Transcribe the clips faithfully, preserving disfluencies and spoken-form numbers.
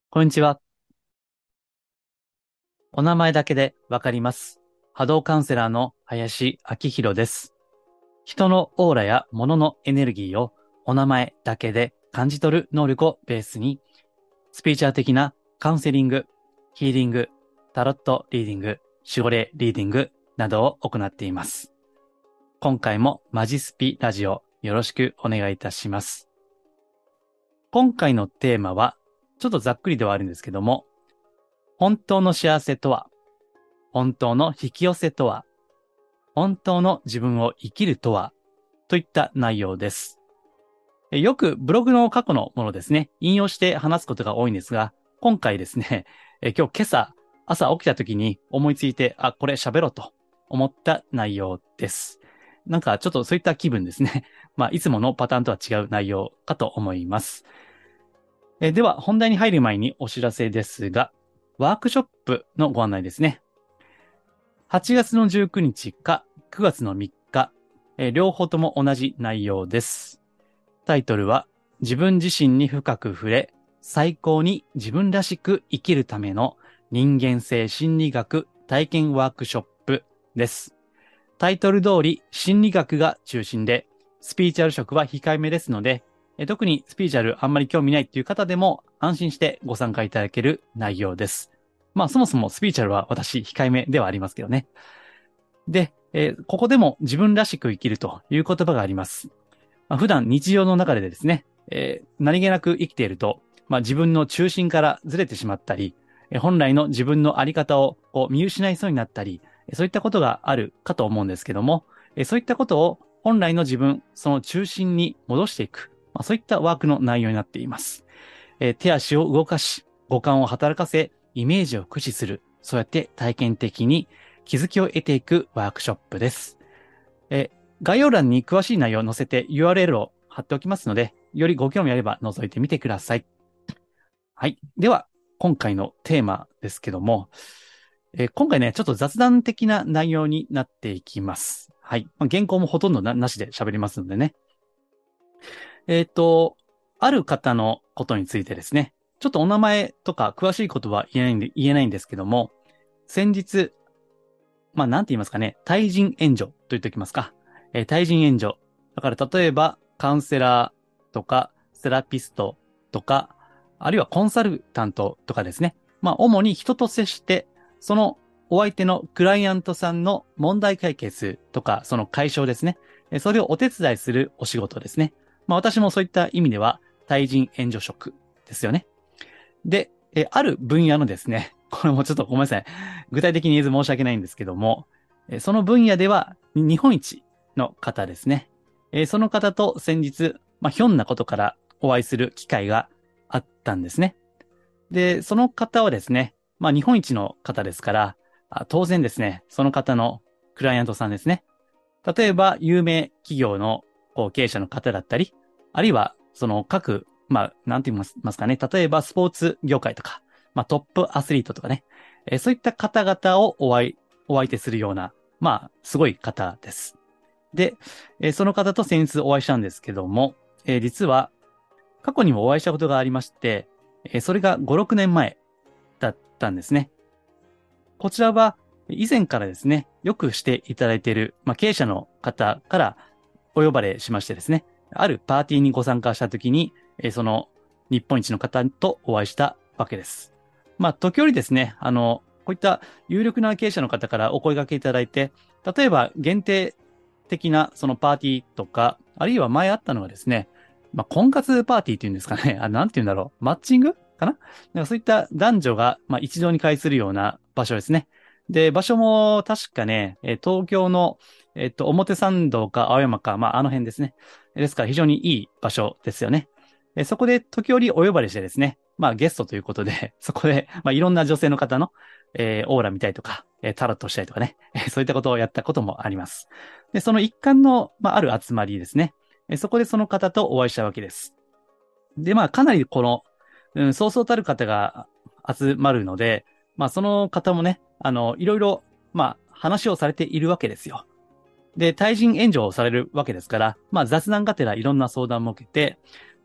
こんにちは。お名前だけでわかります。波動カウンセラーの林明宏です。人のオーラや物のエネルギーをお名前だけで感じ取る能力をベースに、スピーチャー的なカウンセリング、ヒーリング、タロットリーディング、守護霊リーディングなどを行っています。今回もマジスピラジオよろしくお願いいたします。今回のテーマは、ちょっとざっくりではあるんですけども、本当の幸せとは、本当の引き寄せとは、本当の自分を生きるとは、といった内容です。よくブログの過去のものですね、引用して話すことが多いんですが、今回ですね、え今日今朝、朝起きた時に思いついて、あ、これ喋ろうと思った内容です。なんかちょっとそういった気分ですね。まあ、いつものパターンとは違う内容かと思います。えでは、本題に入る前にお知らせですが、ワークショップのご案内ですね。はちがつのじゅうくにちかくがつのみっか、えー両方とも同じ内容です。タイトルは、自分自身に深く触れ、最高に自分らしく生きるための人間性心理学体験ワークショップです。タイトル通り心理学が中心で、スピーチャル色は控えめですので、え特にスピーチャルあんまり興味ないっていう方でも安心してご参加いただける内容です。まあそもそもスピーチャルは私控えめではありますけどね。で、えーここでも自分らしく生きるという言葉があります。まあ、普段日常の中でですね、えー何気なく生きていると、まあ、自分の中心からずれてしまったり、えー本来の自分のあり方をこう見失いそうになったり、えーそういったことがあるかと思うんですけども、えーそういったことを本来の自分、その中心に戻していく、まあ、そういったワークの内容になっています。えー手足を動かし、五感を働かせ、イメージを駆使する、そうやって体験的に気づきを得ていくワークショップです。えー概要欄に詳しい内容を載せて ユーアールエル を貼っておきますので、よりご興味あれば覗いてみてください。はい。では、今回のテーマですけども、えー今回ね、ちょっと雑談的な内容になっていきます。はい。まあ、原稿もほとんどな、なしで喋りますのでね。えっと、ある方のことについてですね、ちょっとお名前とか詳しいことは言えないんで、言えないんですけども、先日、まあ、なんて言いますかね、対人援助と言っておきますか。えー対人援助。だから例えば、カウンセラーとか、セラピストとか、あるいはコンサルタントとかですね。まあ、主に人と接して、そのお相手のクライアントさんの問題解決とか、その解消ですね。えーそれをお手伝いするお仕事ですね。まあ、私もそういった意味では、対人援助職ですよね。で、えーある分野のですね、これもちょっとごめんなさい。具体的に言えず申し訳ないんですけども、えーその分野では日本一の方ですね。えーその方と先日、まあ、ひょんなことからお会いする機会があったんですね。で、その方はですね、まあ、日本一の方ですから、あ当然ですね、その方のクライアントさんですね。例えば、有名企業のこう経営者の方だったり、あるいは、その各、まあ、なんて言いますかね。例えば、スポーツ業界とか、まあ、トップアスリートとかね。えーそういった方々をお会い、お相手するような、まあ、すごい方です。で、えーその方と先日お会いしたんですけども、えー実は、過去にもお会いしたことがありまして、えーそれがご、ろくねんまえだったんですね。こちらは以前からですね、よくしていただいている、まあ、経営者の方からお呼ばれしましてですね、あるパーティーにご参加したときに、えーその日本一の方とお会いしたわけです。まあ、時折ですね、あの、こういった有力な経営者の方からお声掛けいただいて、例えば限定的なそのパーティーとか、あるいは前あったのがですね、まあ、婚活パーティーっていうんですかね、あ、なんて言うんだろう、マッチングかななんかそういった男女が、まあ、一堂に会するような場所ですね。で、場所も確かね、えー東京の、えっと、表参道か青山か、まあ、あの辺ですね。ですから非常にいい場所ですよね。えーそこで時折お呼ばれしてですね、まあ、ゲストということで、そこで、まあ、いろんな女性の方の、えーオーラ見たりとか、えータロットしたりとかね、えーそういったことをやったこともあります。で、その一環の、まあ、ある集まりですね。えーそこでその方とお会いしたわけです。で、まあ、かなりこの、うん、そうそうたる方が集まるので、まあ、その方もね、あの、いろいろ、まあ、話をされているわけですよ。で、対人援助をされるわけですから、まあ、雑談がてらいろんな相談も受けて、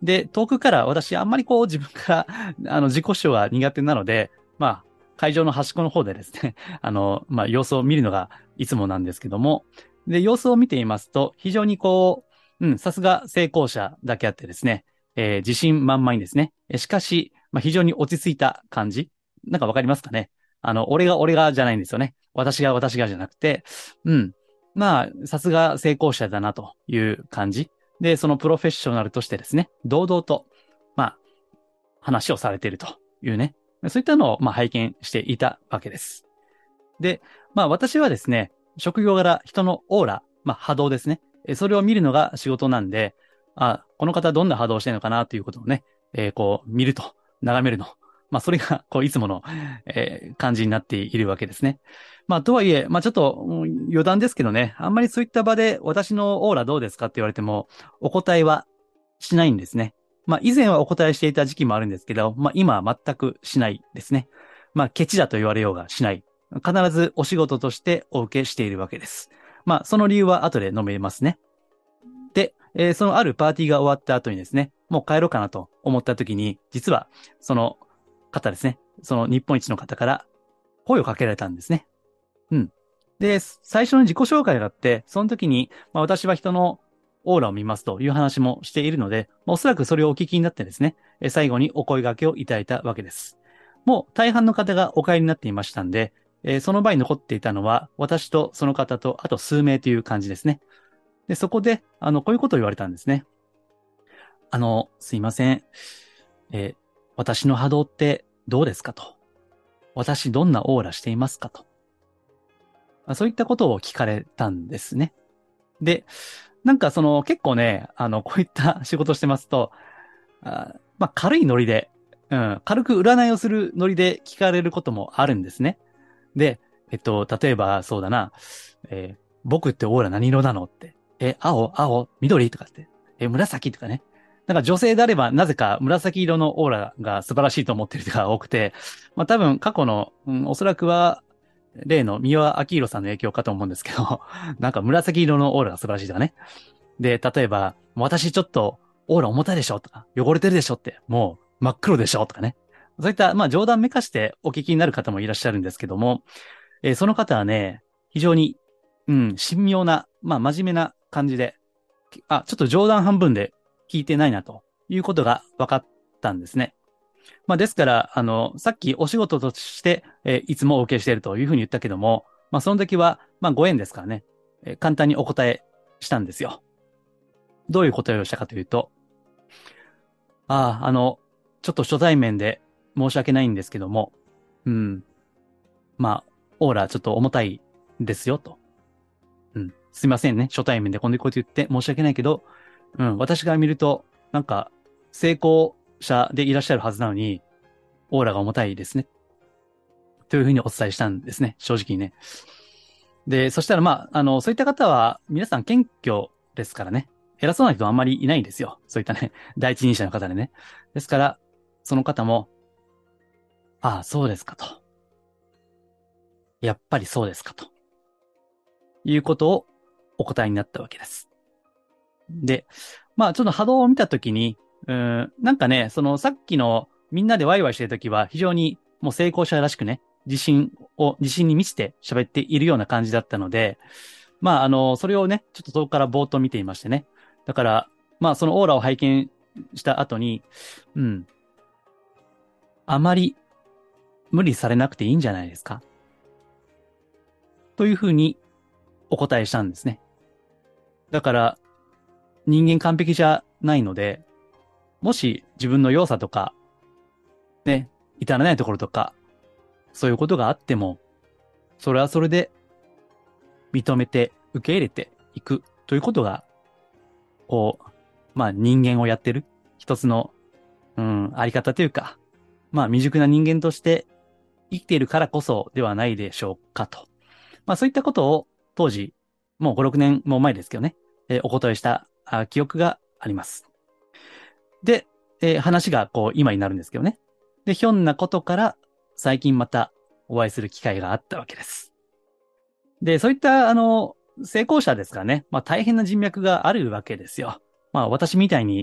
で、遠くから私あんまりこう自分からあの自己主張が苦手なので、まあ、会場の端っこの方でですね、あの、まあ、様子を見るのがいつもなんですけども、で、様子を見ていますと、非常にこう、うん、さすが成功者だけあってですね、えー自信満々にですね、えしかし、まあ、非常に落ち着いた感じ。なんかわかりますかね？あの、俺が俺がじゃないんですよね。私が私がじゃなくて、うん。まあ、さすが成功者だなという感じ。で、そのプロフェッショナルとしてですね、堂々と、まあ、話をされているというね、そういったのを、まあ、拝見していたわけです。で、まあ、私はですね、職業柄、人のオーラ、まあ、波動ですね。えそれを見るのが仕事なんで、あ、この方どんな波動をしてるのかなということをね、えーこう、見ると、眺めるの。まあ、それが、こう、いつもの、えー感じになっているわけですね。まあ、とはいえ、まあ、ちょっと、うん余談ですけどね、あんまりそういった場で、私のオーラどうですかって言われても、お答えはしないんですね。まあ、以前はお答えしていた時期もあるんですけど、まあ、今は全くしないですね。まあ、ケチだと言われようがしない。必ずお仕事としてお受けしているわけです。まあ、その理由は後で述べますね。で、えーそのあるパーティーが終わった後にですね、もう帰ろうかなと思った時に、実は、その方ですね、その日本一の方から声をかけられたんですね。うん。で、最初の自己紹介があって、その時に、まあ、私は人のオーラを見ますという話もしているので、まあ、おそらくそれをお聞きになってですね、え最後にお声掛けをいただいたわけです。もう大半の方がお帰りになっていましたんで、えーその場に残っていたのは、私とその方と、あと数名という感じですね。で、そこで、あの、こういうことを言われたんですね。あの、すいません。えー私の波動ってどうですかと。私どんなオーラしていますかと。まあそういったことを聞かれたんですね。で、なんかその結構ね、あの、こういった仕事してますと、あまあ軽いノリで、うん、軽く占いをするノリで聞かれることもあるんですね。で、えっと、例えばそうだな、えー僕ってオーラ何色なのって、え、青、青、緑とかって、え、紫とかね。なんか女性であればなぜか紫色のオーラが素晴らしいと思ってる人が多くて、まあ多分過去の、うん、おそらくは例の三輪明宏さんの影響かと思うんですけど、なんか紫色のオーラが素晴らしいとかね。で、例えば、私ちょっとオーラ重たいでしょとか、汚れてるでしょって、もう真っ黒でしょとかね。そういった、まあ冗談めかしてお聞きになる方もいらっしゃるんですけども、えーその方はね、非常に、うん、神妙な、まあ真面目な感じで、あ、ちょっと冗談半分で聞いてないなということが分かったんですね。まあ、ですから、あの、さっきお仕事として、えーいつもお受けしているというふうに言ったけども、まあ、その時は、まあ、ご縁ですからね、えー簡単にお答えしたんですよ。どういう答えをしたかというと、ああ、あの、ちょっと初対面で申し訳ないんですけども、うん、まあ、オーラちょっと重たいですよと。うん、すいませんね。初対面でこんなこと言って申し訳ないけど、うん、私が見ると、なんか、成功者でいらっしゃるはずなのに、オーラが重たいですね。というふうにお伝えしたんですね。正直にね。で、そしたらまあ、あの、そういった方は皆さん謙虚ですからね。偉そうな人はあんまりいないんですよ。そういったね、第一人者の方でね。ですから、その方も、ああ、そうですかと。やっぱりそうですかと。いうことをお答えになったわけです。で、まあ、ちょっと波動を見たときに、うん、なんかね、そのさっきのみんなでワイワイしてるときは非常にもう成功者らしくね、自信を、自信に満ちて喋っているような感じだったので、まあ、あの、それをね、ちょっと遠くからぼーっと見ていましてね。だから、まあ、そのオーラを拝見した後に、うん、あまり無理されなくていいんじゃないですかというふうにお答えしたんですね。だから、人間完璧じゃないので、もし自分の弱さとか、ね、至らないところとか、そういうことがあっても、それはそれで認めて受け入れていくということが、こう、まあ人間をやってる一つの、うん、あり方というか、まあ未熟な人間として生きているからこそではないでしょうかと。まあそういったことを当時、もうご、ろくねんも前ですけどね、えーお答えしたあ記憶があります。で、えー話がこう今になるんですけどね。で、ひょんなことから最近またお会いする機会があったわけです。で、そういった、あの、成功者ですからね、まあ大変な人脈があるわけですよ。まあ私みたいに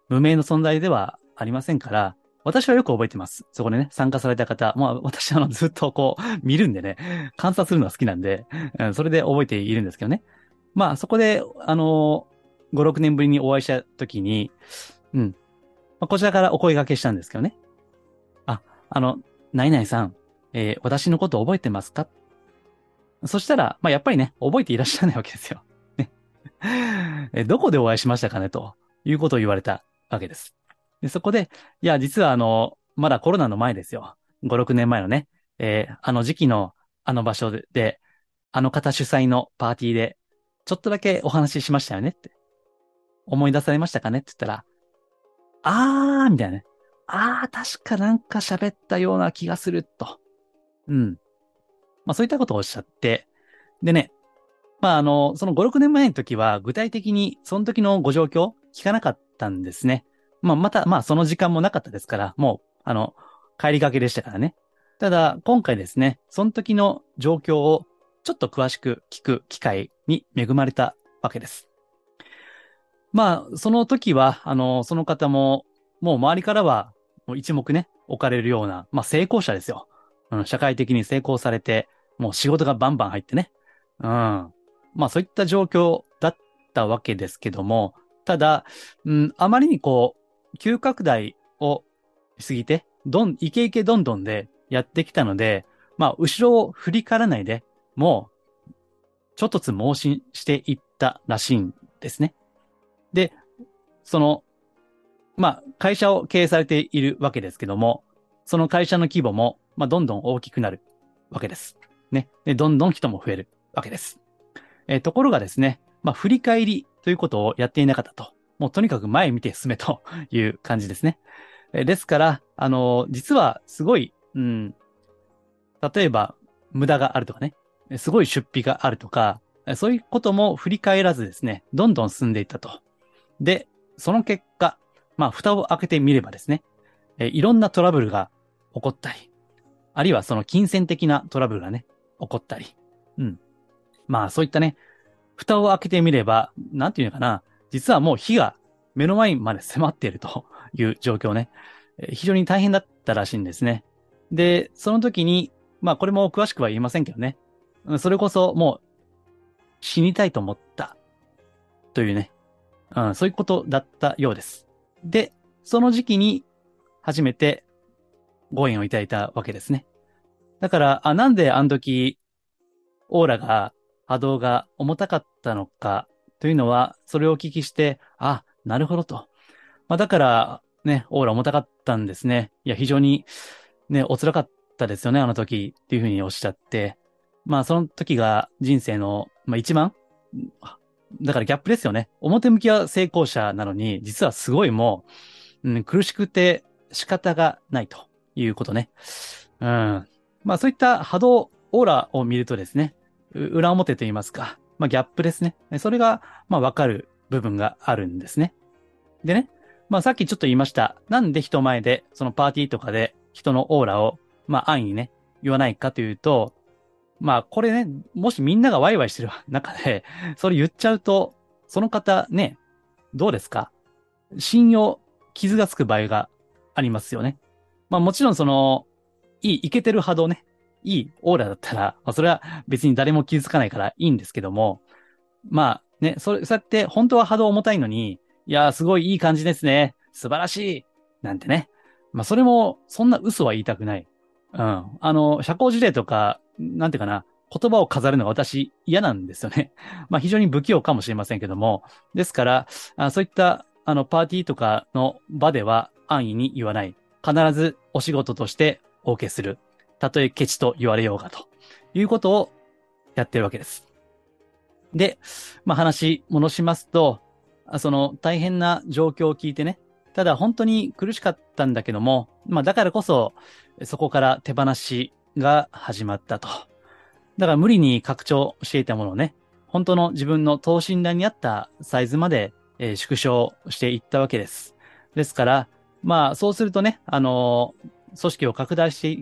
無名の存在ではありませんから、私はよく覚えてます。そこでね、参加された方。まあ、私あの、ずっとこう、見るんでね、観察するのが好きなんで、うん、それで覚えているんですけどね。まあ、そこで、あの、ご、ろくねんぶりにお会いした時に、うん。まあ、こちらからお声掛けしたんですけどね。あ、あの、何々さん、えー私のこと覚えてますか？そしたら、まあ、やっぱりね、覚えていらっしゃらないわけですよ。ね。え、どこでお会いしましたかねということを言われたわけです。で、そこで、いや、実はあの、まだコロナの前ですよ。ご、ろくねんまえのね、えーあの時期のあの場所で、であの方主催のパーティーで、ちょっとだけお話ししましたよねって。思い出されましたかねって言ったら、あー、みたいなね。あー、確かなんか喋ったような気がすると。うん。まあそういったことをおっしゃって、でね、まあ、あの、そのご、ろくねんまえの時は、具体的にその時のご状況聞かなかったんですね。まあ、また、まあ、その時間もなかったですから、もう、あの、帰りがけでしたからね。ただ、今回ですね、その時の状況をちょっと詳しく聞く機会に恵まれたわけです。まあ、その時は、あの、その方も、もう周りからは、もう一目ね、置かれるような、まあ、成功者ですよ。うん、社会的に成功されて、もう仕事がバンバン入ってね。うん。まあ、そういった状況だったわけですけども、ただ、うん、あまりにこう、急拡大をしすぎて、どん、イケイケどんどんでやってきたので、まあ、後ろを振り返らないで、もう、ちょっとつ盲信していったらしいんですね。で、その、まあ、会社を経営されているわけですけども、その会社の規模も、まあ、どんどん大きくなるわけです。ね。で、どんどん人も増えるわけです。えーところがですね、まあ、振り返りということをやっていなかったと。もうとにかく前見て進めという感じですね。えーですから、あのー実はすごい、うん、例えば無駄があるとかね、すごい出費があるとか、そういうことも振り返らずですね、どんどん進んでいったと。で、その結果、まあ、蓋を開けてみればですね、えーいろんなトラブルが起こったり、あるいはその金銭的なトラブルがね、起こったり、うん。まあ、そういったね、蓋を開けてみれば、なんていうのかな、実はもう火が目の前まで迫っているという状況ね、えー非常に大変だったらしいんですね。で、その時に、まあこれも詳しくは言いませんけどね、うんそれこそもう死にたいと思ったというね、うん、そういうことだったようです。で、その時期に初めてご縁をいただいたわけですね。だから、あ、なんであの時、オーラが、波動が重たかったのかというのは、それをお聞きして、あ、なるほどと。まあ、だから、ね、オーラ重たかったんですね。いや、非常に、ね、お辛かったですよね、あの時っていうふうにおっしゃって。まあ、その時が人生の、まあ、一番、だからギャップですよね。表向きは成功者なのに、実はすごいもう、うん、苦しくて仕方がないということね。うん。まあそういった波動、オーラを見るとですね、う裏表と言いますか、まあギャップですね。それが、まあわかる部分があるんですね。でね、まあさっきちょっと言いました。なんで人前で、そのパーティーとかで人のオーラを、まあ安易にね、言わないかというと、まあこれね、もしみんながワイワイしてる中で、それ言っちゃうと、その方ね、どうですか？信用、傷がつく場合がありますよね。まあもちろんその、いい、イケてる波動ね、いいオーラだったら、まあそれは別に誰も傷つかないからいいんですけども、まあね、それ、そうやって本当は波動重たいのに、いやーすごいいい感じですね。素晴らしい。なんてね。まあそれも、そんな嘘は言いたくない。うん。あの、社交辞令とか、なんていうかな、言葉を飾るのが私嫌なんですよね。まあ非常に不器用かもしれませんけども。ですから、あそういった、あの、パーティーとかの場では安易に言わない。必ずお仕事としてお受けする。たとえケチと言われようがということをやってるわけです。で、まあ話戻しますと、あその大変な状況を聞いてね、ただ本当に苦しかったんだけども、まあだからこそ、そこから手放しが始まったと。だから無理に拡張していたものをね、本当の自分の等身大に合ったサイズまで、えー縮小していったわけです。ですから、まあそうするとね、あのー組織を拡大していって、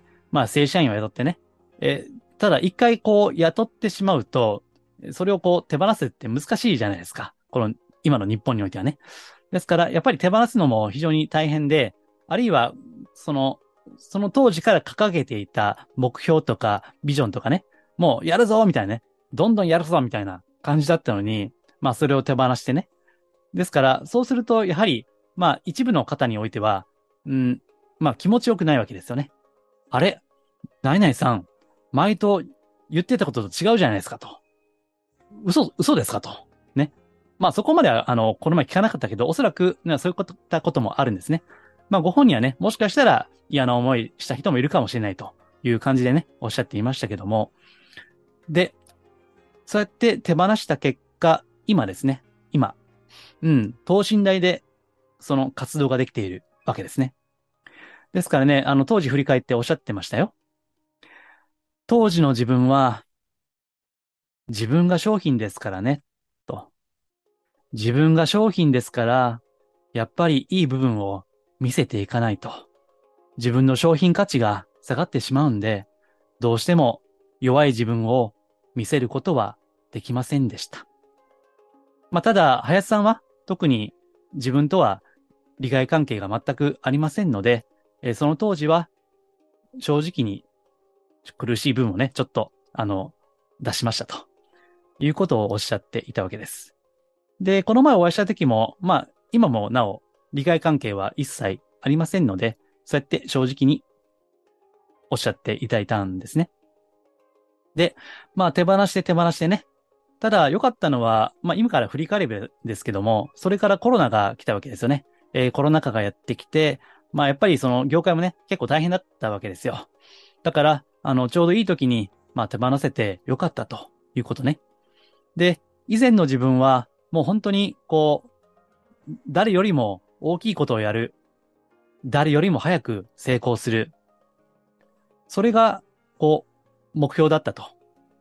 まあ正社員を雇ってね、えーただ一回こう雇ってしまうと、それをこう手放すって難しいじゃないですか。この今の日本においてはね。 ですから、やっぱり手放すのも非常に大変で、あるいは、その、その当時から掲げていた目標とかビジョンとかね、もうやるぞみたいなね、どんどんやるぞみたいな感じだったのに、まあそれを手放してね。ですから、そうすると、やはり、まあ一部の方においては、うん、まあ気持ちよくないわけですよね。あれ何々さん、前と言ってたことと違うじゃないですかと。嘘、嘘ですかと。ね。まあそこまでは、あの、この前聞かなかったけど、おそらく、ね、そういったこともあるんですね。まあご本人はね、もしかしたら嫌な思いした人もいるかもしれないという感じでね、おっしゃっていましたけども。で、そうやって手放した結果、今ですね。今、うん、等身大でその活動ができているわけですね。ですからね、あの、当時振り返っておっしゃってましたよ。当時の自分は、自分が商品ですからね、と。自分が商品ですから、やっぱりいい部分を見せていかないと。自分の商品価値が下がってしまうんで、どうしても弱い自分を見せることはできませんでした。まあ、ただ、林さんは特に自分とは利害関係が全くありませんので、えーその当時は正直に苦しい部分をね、ちょっと、あの、出しましたということをおっしゃっていたわけです。で、この前お会いした時も、まあ、今もなお、利害関係は一切ありませんので、そうやって正直におっしゃっていただいたんですね。で、まあ、手放して手放してね。ただ、良かったのは、まあ、今から振り返ればですけども、それからコロナが来たわけですよね。えーコロナ禍がやってきて、まあ、やっぱりその業界もね、結構大変だったわけですよ。だから、あの、ちょうどいい時に、まあ、手放せて良かったということね。で、以前の自分は、もう本当に、こう、誰よりも大きいことをやる。誰よりも早く成功する。それが、こう、目標だったと。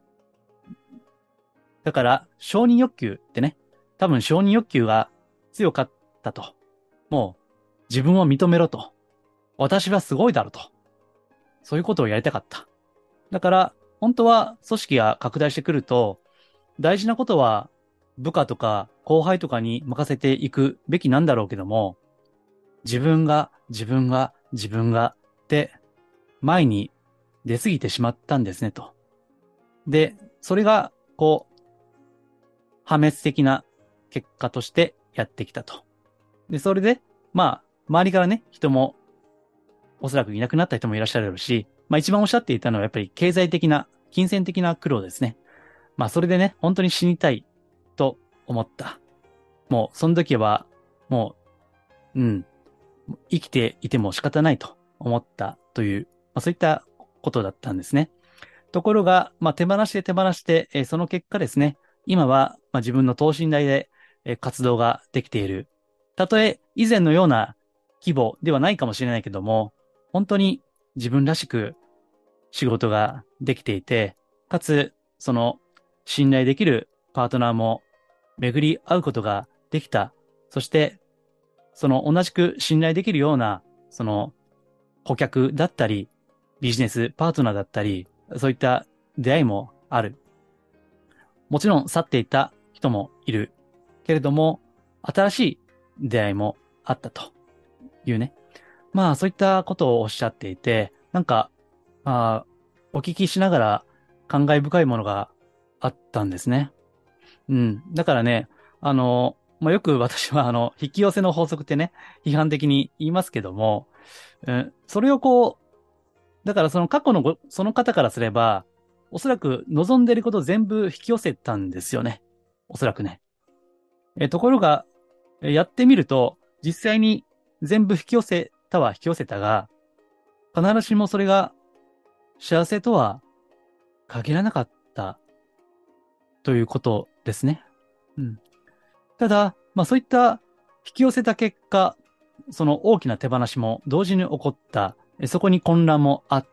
だから、承認欲求ってね、多分承認欲求が強かったと。もう、自分を認めろと。私はすごいだろと。そういうことをやりたかった。だから、本当は組織が拡大してくると、大事なことは部下とか後輩とかに任せていくべきなんだろうけども、自分が、自分が、自分がって前に出過ぎてしまったんですねと。で、それが、こう、破滅的な結果としてやってきたと。で、それで、まあ、周りからね、人もおそらくいなくなった人もいらっしゃるし、まあ一番おっしゃっていたのはやっぱり経済的な、金銭的な苦労ですね。まあそれでね、本当に死にたいと思った。もうその時は、もう、うん、生きていても仕方ないと思ったという、まあそういったことだったんですね。ところが、まあ手放して手放して、えーその結果ですね、今は、まあ、自分の等身大で、えー活動ができている。たとえ以前のような規模ではないかもしれないけども、本当に自分らしく仕事ができていて、かつ、その信頼できるパートナーも巡り合うことができた。そして、その同じく信頼できるような、その顧客だったり、ビジネスパートナーだったり、そういった出会いもある。もちろん去っていった人もいる。けれども、新しい出会いもあったというね。まあそういったことをおっしゃっていて、なんか、あお聞きしながら感慨深いものがあったんですね。うん。だからね、あの、まあ、よく私はあの、引き寄せの法則ってね、批判的に言いますけども、うん、それをこう、だからその過去のご、その方からすれば、おそらく望んでいることを全部引き寄せたんですよね。おそらくね。え、ところが、えやってみると、実際に全部引き寄せたは引き寄せたが、必ずしもそれが幸せとは限らなかったということですね。うん。ただ、まあそういった引き寄せた結果、その大きな手放しも同時に起こった。えそこに混乱もあった。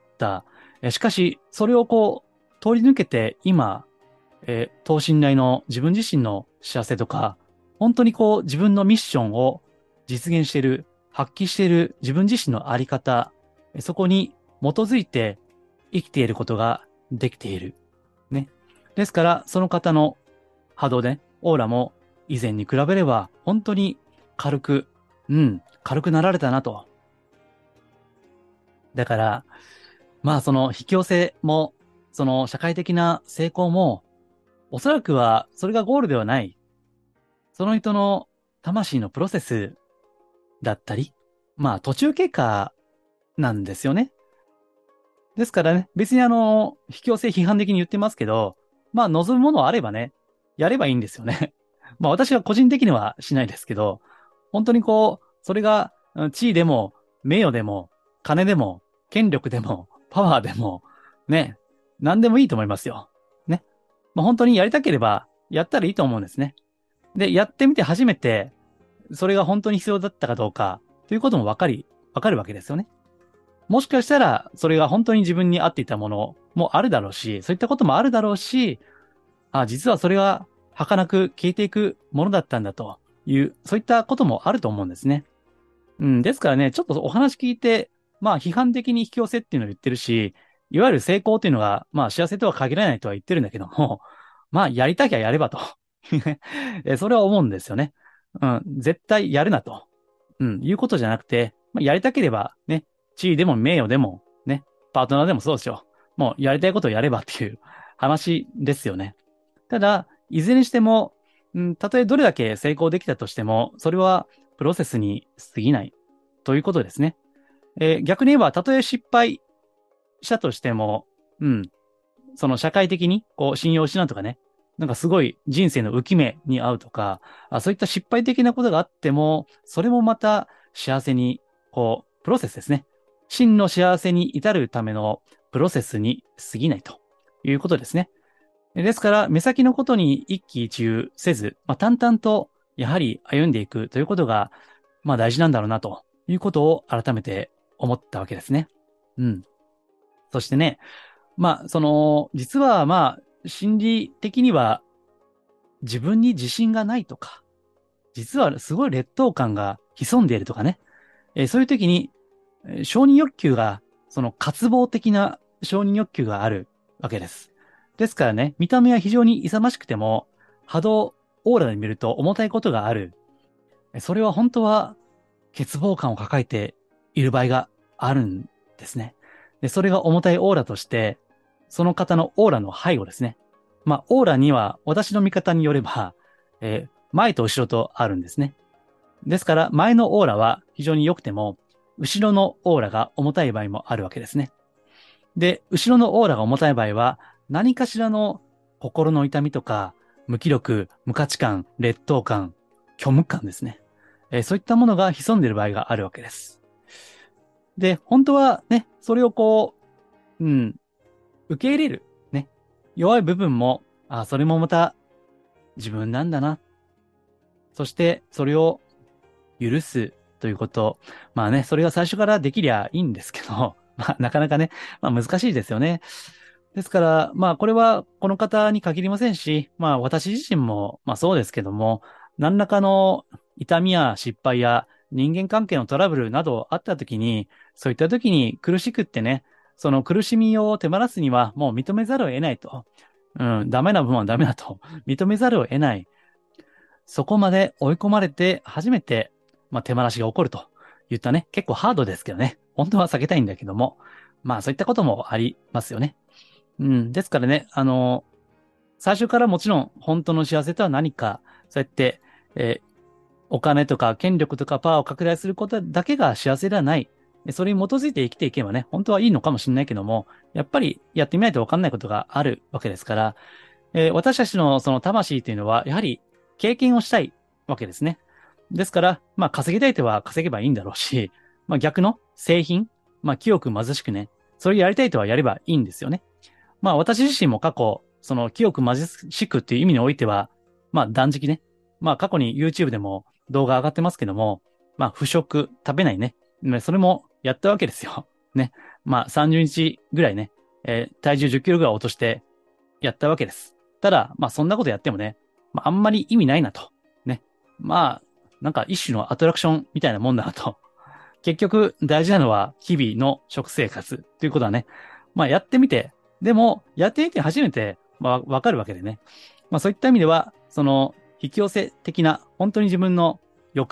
えしかし、それをこう、通り抜けて今、えー等身大の自分自身の幸せとか、本当にこう自分のミッションを実現している、発揮している自分自身のあり方、えそこに基づいて生きていることができている。ね。ですから、その方の波動で、オーラも以前に比べれば本当に軽く、うん、軽くなられたなと。だから、まあその引き寄せも、その社会的な成功も、おそらくはそれがゴールではない。その人の魂のプロセスだったり、まあ途中経過なんですよね。ですからね、別にあの、引き寄せ批判的に言ってますけど、まあ望むものあればね、やればいいんですよね。まあ私は個人的にはしないですけど、本当にこう、それがうん地位でも、名誉でも、金でも、権力でも、パワーでも、ね、何でもいいと思いますよ。ね。まあ本当にやりたければ、やったらいいと思うんですね。で、やってみて初めて、それが本当に必要だったかどうか、ということもわかり、わかるわけですよね。もしかしたら、それが本当に自分に合っていたものもあるだろうし、そういったこともあるだろうし、あ、実はそれは儚く消えていくものだったんだという、そういったこともあると思うんですね。うん、ですからね、ちょっとお話聞いて、まあ批判的に引き寄せっていうのを言ってるし、いわゆる成功っていうのが、まあ幸せとは限らないとは言ってるんだけども、まあやりたきゃやればと。えそれは思うんですよね。うん、絶対やるなと。うん、いうことじゃなくて、まあ、やりたければね、地位でも名誉でもね、パートナーでもそうでしょう。もうやりたいことをやればっていう話ですよね。ただ、いずれにしても、うん、たとえどれだけ成功できたとしても、それはプロセスに過ぎないということですね。えー逆に言えば、たとえ失敗したとしても、うん、その社会的にこう信用を失うとかね、なんかすごい人生の浮き目に合うとか、あそういった失敗的なことがあっても、それもまた幸せに、こう、プロセスですね。真の幸せに至るためのプロセスに過ぎないということですね。ですから、目先のことに一喜一憂せず、まあ、淡々とやはり歩んでいくということが、まあ大事なんだろうなということを改めて思ったわけですね。うん。そしてね、まあ、その、実はまあ、心理的には自分に自信がないとか、実はすごい劣等感が潜んでいるとかね、えーそういう時に、えー承認欲求が、その渇望的な承認欲求があるわけです。ですからね、見た目は非常に勇ましくても、波動、オーラで見ると重たいことがある。えそれは本当は欠乏感を抱えている場合があるんですね。で、それが重たいオーラとして、その方のオーラの背後ですね。まあ、オーラには私の見方によれば、えー前と後ろとあるんですね。ですから、前のオーラは非常に良くても、後ろのオーラが重たい場合もあるわけですね。で、後ろのオーラが重たい場合は、何かしらの心の痛みとか、無気力、無価値観、劣等感、虚無感ですね。えーそういったものが潜んでいる場合があるわけです。で、本当はね、それをこう、うん、受け入れる。ね。弱い部分も、あ、それもまた自分なんだな。そして、それを許すということ。まあね、それが最初からできりゃいいんですけど、まあなかなかね、まあ難しいですよね。ですから、まあこれはこの方に限りませんし、まあ私自身も、まあそうですけども、何らかの痛みや失敗や人間関係のトラブルなどあった時に、そういった時に苦しくってね、その苦しみを手放すにはもう認めざるを得ないと。うん、ダメな部分はダメだと。認めざるを得ない。そこまで追い込まれて初めて、まあ、手放しが起こると言ったね、結構ハードですけどね。本当は避けたいんだけども、まあそういったこともありますよね。うん。ですからね、あの、最初からもちろん本当の幸せとは何か、そうやって、えーお金とか権力とかパワーを拡大することだけが幸せではない。それに基づいて生きていけばね、本当はいいのかもしれないけども、やっぱりやってみないと分かんないことがあるわけですから、えー私たちのその魂というのは、やはり経験をしたいわけですね。ですから、まあ稼ぎたい手は稼げばいいんだろうし、まあ逆の製品、まあ清く貧しくね、それやりたいとはやればいいんですよね。まあ私自身も過去、その清く貧しくっていう意味においては、まあ断食ね。まあ過去に YouTube でも動画上がってますけども、まあ不食、食べないね。ねそれもやったわけですよ。ね。まあさんじゅうにちぐらいね、えー体重じゅっキロぐらい落としてやったわけです。ただ、まあそんなことやってもね、まああんまり意味ないなと。ね。まあ、なんか一種のアトラクションみたいなもんだなと。結局大事なのは日々の食生活ということはね、まあやってみて、でもやってみて初めて、まあわかるわけでね。まあそういった意味では、その引き寄せ的な本当に自分の欲ね。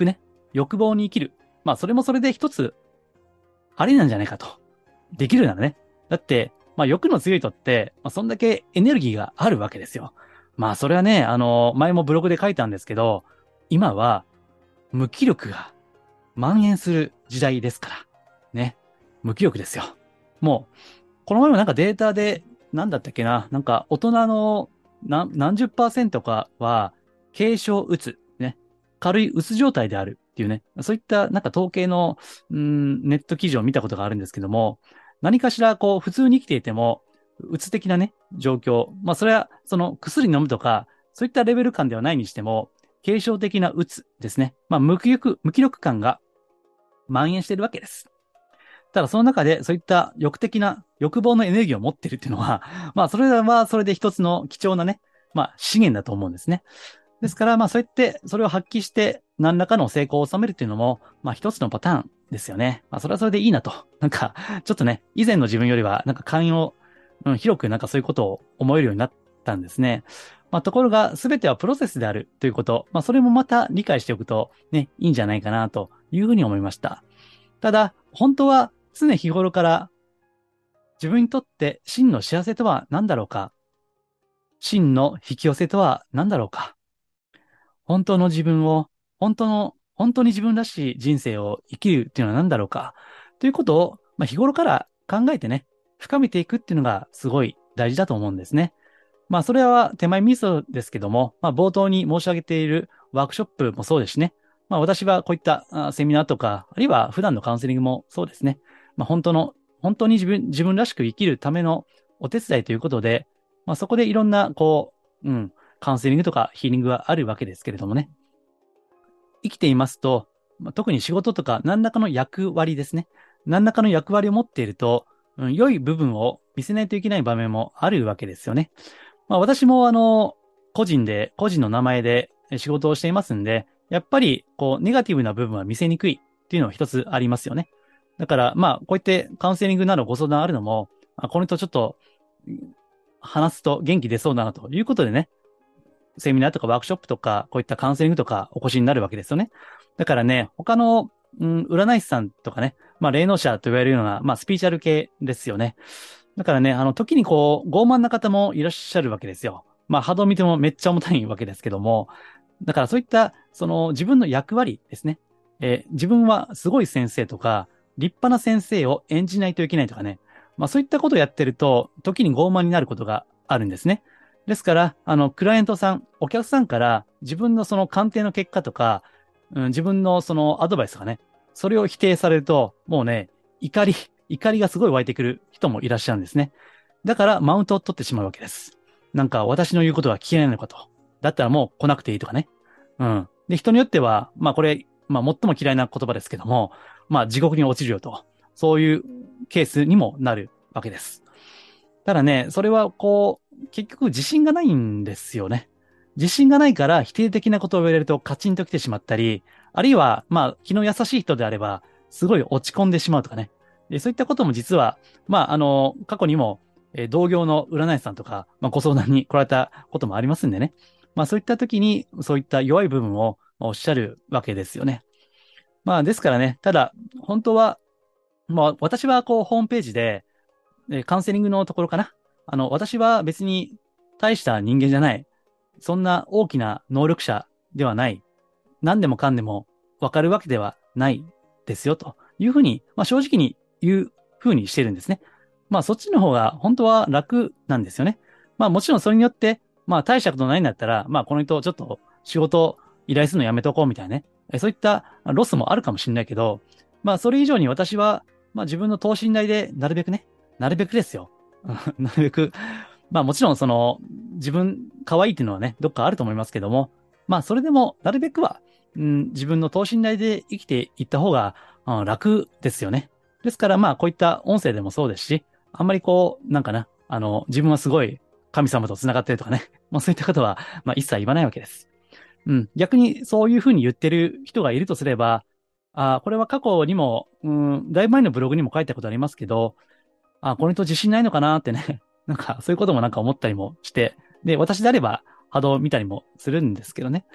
欲望に生きる。まあそれもそれで一つ、ありなんじゃないかと。できるならね。だって、まあ欲の強い人って、まあそんだけエネルギーがあるわけですよ。まあそれはね、あの、前もブログで書いたんですけど、今は無気力が蔓延する時代ですから。ね。無気力ですよ。もう、この前もなんかデータで、なんだったっけな、なんか大人の何、何十パーセントかは、軽症うつ、ね。軽いうつ状態であるっていうね。そういったなんか統計の、うん、ネット記事を見たことがあるんですけども、何かしらこう、普通に生きていても、うつ的なね、状況。まあそれは、その薬飲むとか、そういったレベル感ではないにしても、軽症的なうつですね。まあ無気力、無気力感が蔓延しているわけです。ただその中でそういった欲的な欲望のエネルギーを持っているっていうのは、まあそれはそれで一つの貴重なね、まあ資源だと思うんですね。ですからまあそうやってそれを発揮して何らかの成功を収めるっていうのも、まあ一つのパターンですよね。まあそれはそれでいいなと。なんか、ちょっとね、以前の自分よりはなんか寛容、うん、広くなんかそういうことを思えるようになったんですね。まあところが全てはプロセスであるということ。まあそれもまた理解しておくとね、いいんじゃないかなというふうに思いました。ただ、本当は常日頃から自分にとって真の幸せとは何だろうか、真の引き寄せとは何だろうか、本当の自分を、本当の、本当に自分らしい人生を生きるっていうのは何だろうか、ということを、まあ、日頃から考えてね、深めていくっていうのがすごい大事だと思うんですね。まあ、それは手前味噌ですけども、まあ、冒頭に申し上げているワークショップもそうですしね。まあ、私はこういったあセミナーとか、あるいは普段のカウンセリングもそうですね。まあ、本当の、本当に自分、自分らしく生きるためのお手伝いということで、まあ、そこでいろんな、こう、うん、カウンセリングとかヒーリングがあるわけですけれどもね。生きていますと、まあ、特に仕事とか何らかの役割ですね。何らかの役割を持っていると、うん、良い部分を見せないといけない場面もあるわけですよね。まあ私もあの、個人で、個人の名前で仕事をしていますんで、やっぱり、こう、ネガティブな部分は見せにくいっていうのは一つありますよね。だから、まあ、こうやってカウンセリングなどご相談あるのも、あ、この人ちょっと、話すと元気出そうだなということでね、セミナーとかワークショップとか、こういったカウンセリングとかお越しになるわけですよね。だからね、他の、うん、占い師さんとかね、まあ、霊能者と言われるような、まあ、スピーチャル系ですよね。だからね、あの、時にこう、傲慢な方もいらっしゃるわけですよ。まあ、波動を見てもめっちゃ重たいわけですけども、だからそういった、その自分の役割ですね。えー自分はすごい先生とか、立派な先生を演じないといけないとかね。まあそういったことをやってると、時に傲慢になることがあるんですね。ですから、あの、クライアントさん、お客さんから自分のその鑑定の結果とか、うん、自分のそのアドバイスとかね、それを否定されると、もうね、怒り、怒りがすごい湧いてくる人もいらっしゃるんですね。だからマウントを取ってしまうわけです。なんか私の言うことは聞けないのかと。だったらもう来なくていいとかね。うん。で、人によっては、まあこれ、まあ最も嫌いな言葉ですけども、まあ地獄に落ちるよと。そういうケースにもなるわけです。ただね、それはこう、結局自信がないんですよね。自信がないから否定的なことを言われるとカチンと来てしまったり、あるいは、まあ気の優しい人であれば、すごい落ち込んでしまうとかね。でそういったことも実は、まああの、過去にも、えー同業の占い師さんとか、まあご相談に来られたこともありますんでね。まあそういった時に、そういった弱い部分をおっしゃるわけですよね。まあですからね、ただ、本当は、まあ私はこうホームページで、えーカウンセリングのところかな。あの、私は別に大した人間じゃない。そんな大きな能力者ではない。何でもかんでもわかるわけではないですよ、というふうに、まあ正直に言うふうにしてるんですね。まあそっちの方が本当は楽なんですよね。まあもちろんそれによって、まあ大したことないんだったら、まあこの人ちょっと仕事依頼するのやめとこうみたいなね。えそういったロスもあるかもしれないけど、まあそれ以上に私は、まあ自分の等身大でなるべくね、なるべくですよ。なるべく、まあもちろんその自分可愛いっていうのはね、どっかあると思いますけども、まあそれでもなるべくは、うん、自分の等身大で生きていった方が、うん、楽ですよね。ですからまあこういった音声でもそうですし、あんまりこう、なんかな、あの、自分はすごい神様と繋がってるとかね、まあそういったことは、まあ一切言わないわけです。うん、逆にそういうふうに言ってる人がいるとすれば、あこれは過去にも、うん、だいぶ前のブログにも書いたことありますけど、あ、この人自信ないのかなってね。なんか、そういうこともなんか思ったりもして。で、私であれば波動を見たりもするんですけどね。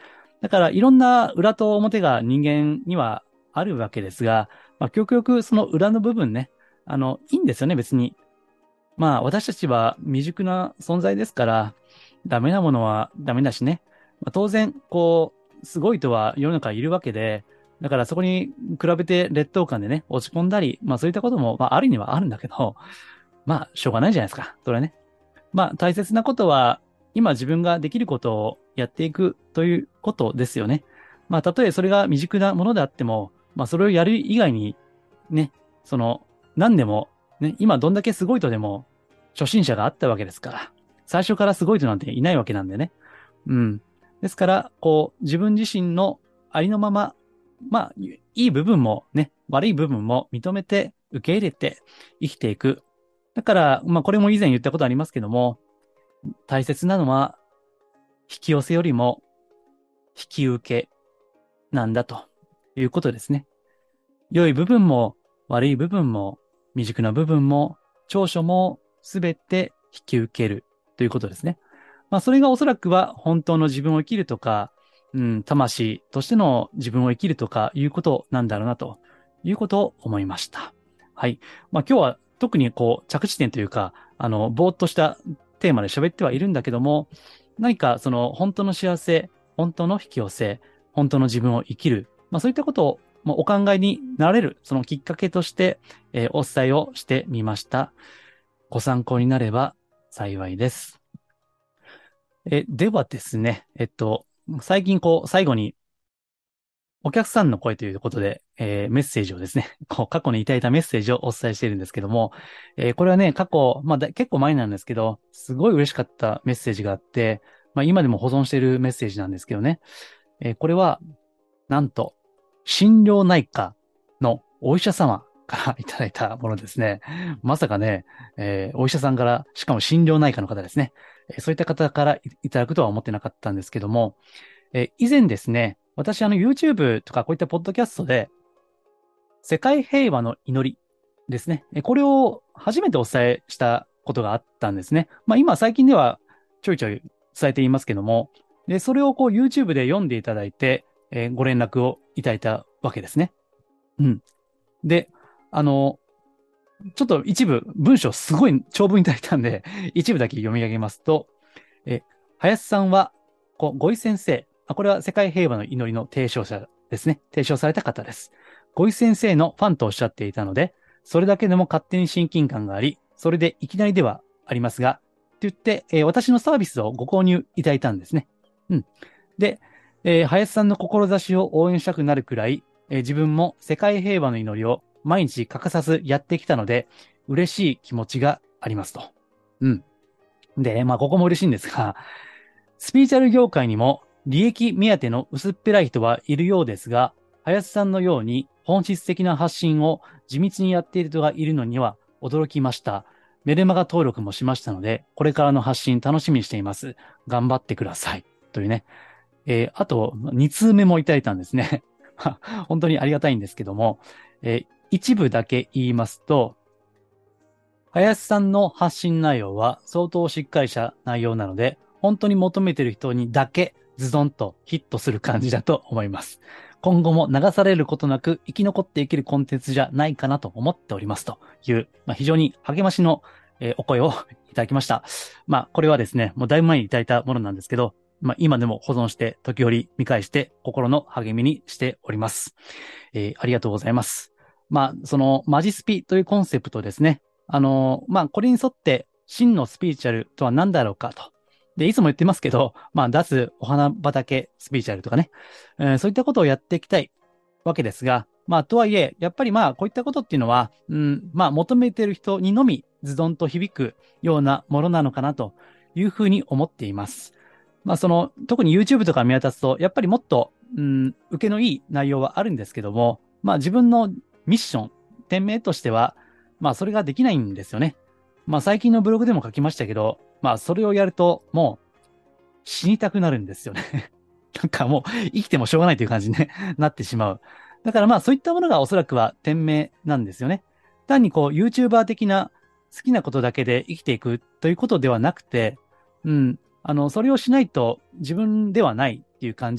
だからいろんな裏と表が人間にはあるわけですが、まあ、極力その裏の部分ね、あの、いいんですよね、別に。まあ、私たちは未熟な存在ですから、ダメなものはダメだしね。まあ、当然、こう、すごいとは世の中いるわけで、だからそこに比べて劣等感でね、落ち込んだり、まあそういったことも、まああるにはあるんだけど、まあしょうがないじゃないですか。それはね。まあ大切なことは、今自分ができることをやっていくということですよね。まあたとえそれが未熟なものであっても、まあそれをやる以外に、ね、その、何でも、ね、今どんだけすごいとでも、初心者があったわけですから、最初からすごい人なんていないわけなんでね。うん。ですから、こう、自分自身のありのまま、まあ、いい部分もね、悪い部分も認めて、受け入れて生きていく。だから、まあ、これも以前言ったことありますけども、大切なのは、引き寄せよりも引き受けなんだということですね。良い部分も悪い部分も未熟な部分も長所もすべて引き受けるということですね。まあそれがおそらくは本当の自分を生きるとか、うん、魂としての自分を生きるとかいうことなんだろうなということを思いました。はい。まあ今日は特にこう着地点というか、あの、ぼーっとしたテーマで喋ってはいるんだけども、何かその本当の幸せ、本当の引き寄せ、本当の自分を生きる、まあそういったことをもうお考えになられる、そのきっかけとして、えーお伝えをしてみました。ご参考になれば幸いです。え、ではですね、えっと、最近こう、最後にお客さんの声ということで、えーメッセージをですね、こう、過去にいただいたメッセージをお伝えしているんですけども、えーこれはね、過去、まあだ、結構前なんですけど、すごい嬉しかったメッセージがあって、まあ今でも保存しているメッセージなんですけどね、えーこれは、なんと、心療内科のお医者様からいただいたものですね。まさかね、えーお医者さんから、しかも心療内科の方ですね。えーそういった方からいいただくとは思ってなかったんですけども、えー以前ですね、私あの YouTube とかこういったポッドキャストで、世界平和の祈りですね。えーこれを初めてお伝えしたことがあったんですね。まあ今最近ではちょいちょい伝えていますけども、で、それをこう YouTube で読んでいただいて、えーご連絡をいただいたわけですね。うん。で、あの、ちょっと一部文章すごい長文いただいたんで、一部だけ読み上げますと、え、林さんは、こう、ごい先生、あ、これは世界平和の祈りの提唱者ですね。提唱された方です。ごい先生のファンとおっしゃっていたので、それだけでも勝手に親近感があり、それでいきなりではありますが、って言って、えー私のサービスをご購入いただいたんですね。うん。で、えー林さんの志を応援したくなるくらい、えー自分も世界平和の祈りを毎日欠かさずやってきたので、嬉しい気持ちがありますと。うん。で、まあ、ここも嬉しいんですが、スピーチャル業界にも利益目当ての薄っぺらい人はいるようですが、林さんのように本質的な発信を地道にやっている人がいるのには驚きました。メルマガ登録もしましたので、これからの発信楽しみにしています。頑張ってください。というね。えーあと、に通目もいただいたんですね。本当にありがたいんですけども、えー一部だけ言いますと、林さんの発信内容は相当しっかりした内容なので、本当に求めてる人にだけズドンとヒットする感じだと思います。今後も流されることなく生き残っていけるコンテンツじゃないかなと思っておりますという、まあ、非常に励ましの、えーお声をいただきました。まあ、これはですね、もうだいぶ前にいただいたものなんですけど、まあ、今でも保存して時折見返して心の励みにしております。えーありがとうございます。まあ、そのマジスピというコンセプトですね。あの、まあ、これに沿って、真のスピリチュアルとは何だろうかと。で、いつも言ってますけど、まあ、脱お花畑スピリチュアルとかね、えーそういったことをやっていきたいわけですが、まあ、とはいえ、やっぱりまあ、こういったことっていうのは、うん、まあ、求めている人にのみズドンと響くようなものなのかなというふうに思っています。まあ、その、特に YouTube とか見渡すと、やっぱりもっと、うん、受けのいい内容はあるんですけども、まあ、自分のミッション、店名としては、まあ、それができないんですよね。まあ、最近のブログでも書きましたけど、まあ、それをやると、もう、死にたくなるんですよね。なんかもう、生きてもしょうがないという感じに、ね、なってしまう。だからまあ、そういったものがおそらくは店名なんですよね。単にこう、YouTuber 的な好きなことだけで生きていくということではなくて、うん、あの、それをしないと自分ではないっていう感じ。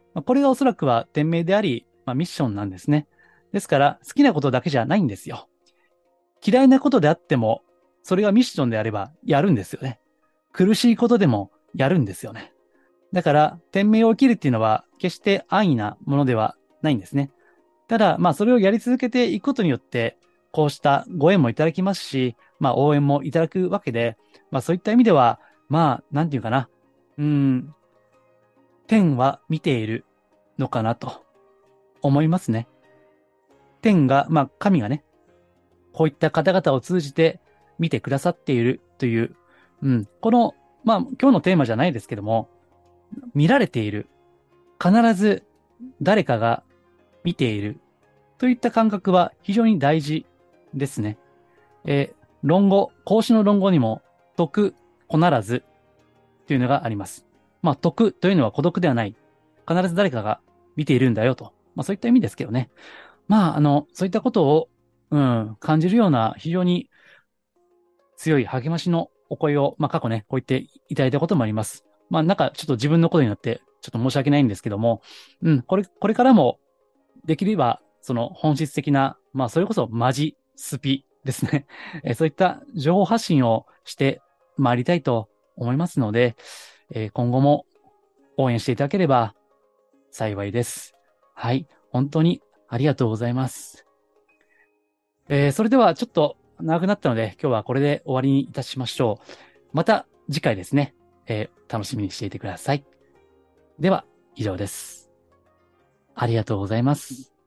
まあ、これがおそらくは店名であり、まあ、ミッションなんですね。ですから、好きなことだけじゃないんですよ。嫌いなことであっても、それがミッションであればやるんですよね。苦しいことでもやるんですよね。だから、天命を生きるっていうのは、決して安易なものではないんですね。ただ、まあ、それをやり続けていくことによって、こうしたご縁もいただきますし、まあ、応援もいただくわけで、まあ、そういった意味では、まあ、なんていうかな。うーん、天は見ているのかなと思いますね。天が、まあ、神がね、こういった方々を通じて見てくださっているという、うん、この、まあ、今日のテーマじゃないですけども、見られている。必ず誰かが見ているといった感覚は非常に大事ですね。えー論語、孔子の論語にも、徳、こならずというのがあります。まあ、徳というのは孤独ではない。必ず誰かが見ているんだよと。まあ、そういった意味ですけどね。まあ、あの、そういったことを、うん、感じるような非常に強い励ましのお声を、まあ、過去ね、こう言っていただいたこともあります。まあ、なんかちょっと自分のことになって、ちょっと申し訳ないんですけども、うん、これ、これからもできれば、その本質的な、まあ、それこそマジスピですね。えーそういった情報発信をしてまいりたいと思いますので、えー今後も応援していただければ幸いです。はい。本当にありがとうございます。えーそれではちょっと長くなったので、今日はこれで終わりにいたしましょう。また次回ですね、えー楽しみにしていてください。では、以上です。ありがとうございます。